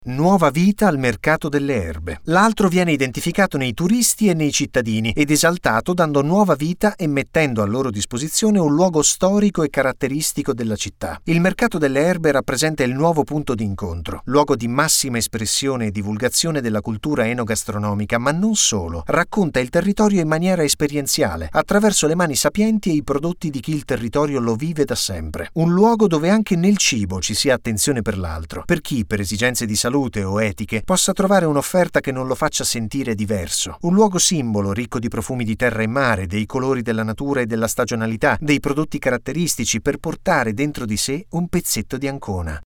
Nuova vita al mercato delle erbe. L'altro viene identificato nei turisti e nei cittadini ed esaltato dando nuova vita e mettendo a loro disposizione un luogo storico e caratteristico della città. Il mercato delle erbe rappresenta il nuovo punto di incontro, luogo di massima espressione e divulgazione della cultura enogastronomica, ma non solo. Racconta il territorio in maniera esperienziale, attraverso le mani sapienti e i prodotti di chi il territorio lo vive da sempre. Un luogo dove anche nel cibo ci sia attenzione per l'altro, per chi, per esigenze di salute o etiche, possa trovare un'offerta che non lo faccia sentire diverso. Un luogo simbolo, ricco di profumi di terra e mare, dei colori della natura e della stagionalità, dei prodotti caratteristici per portare dentro di sé un pezzetto di Ancona.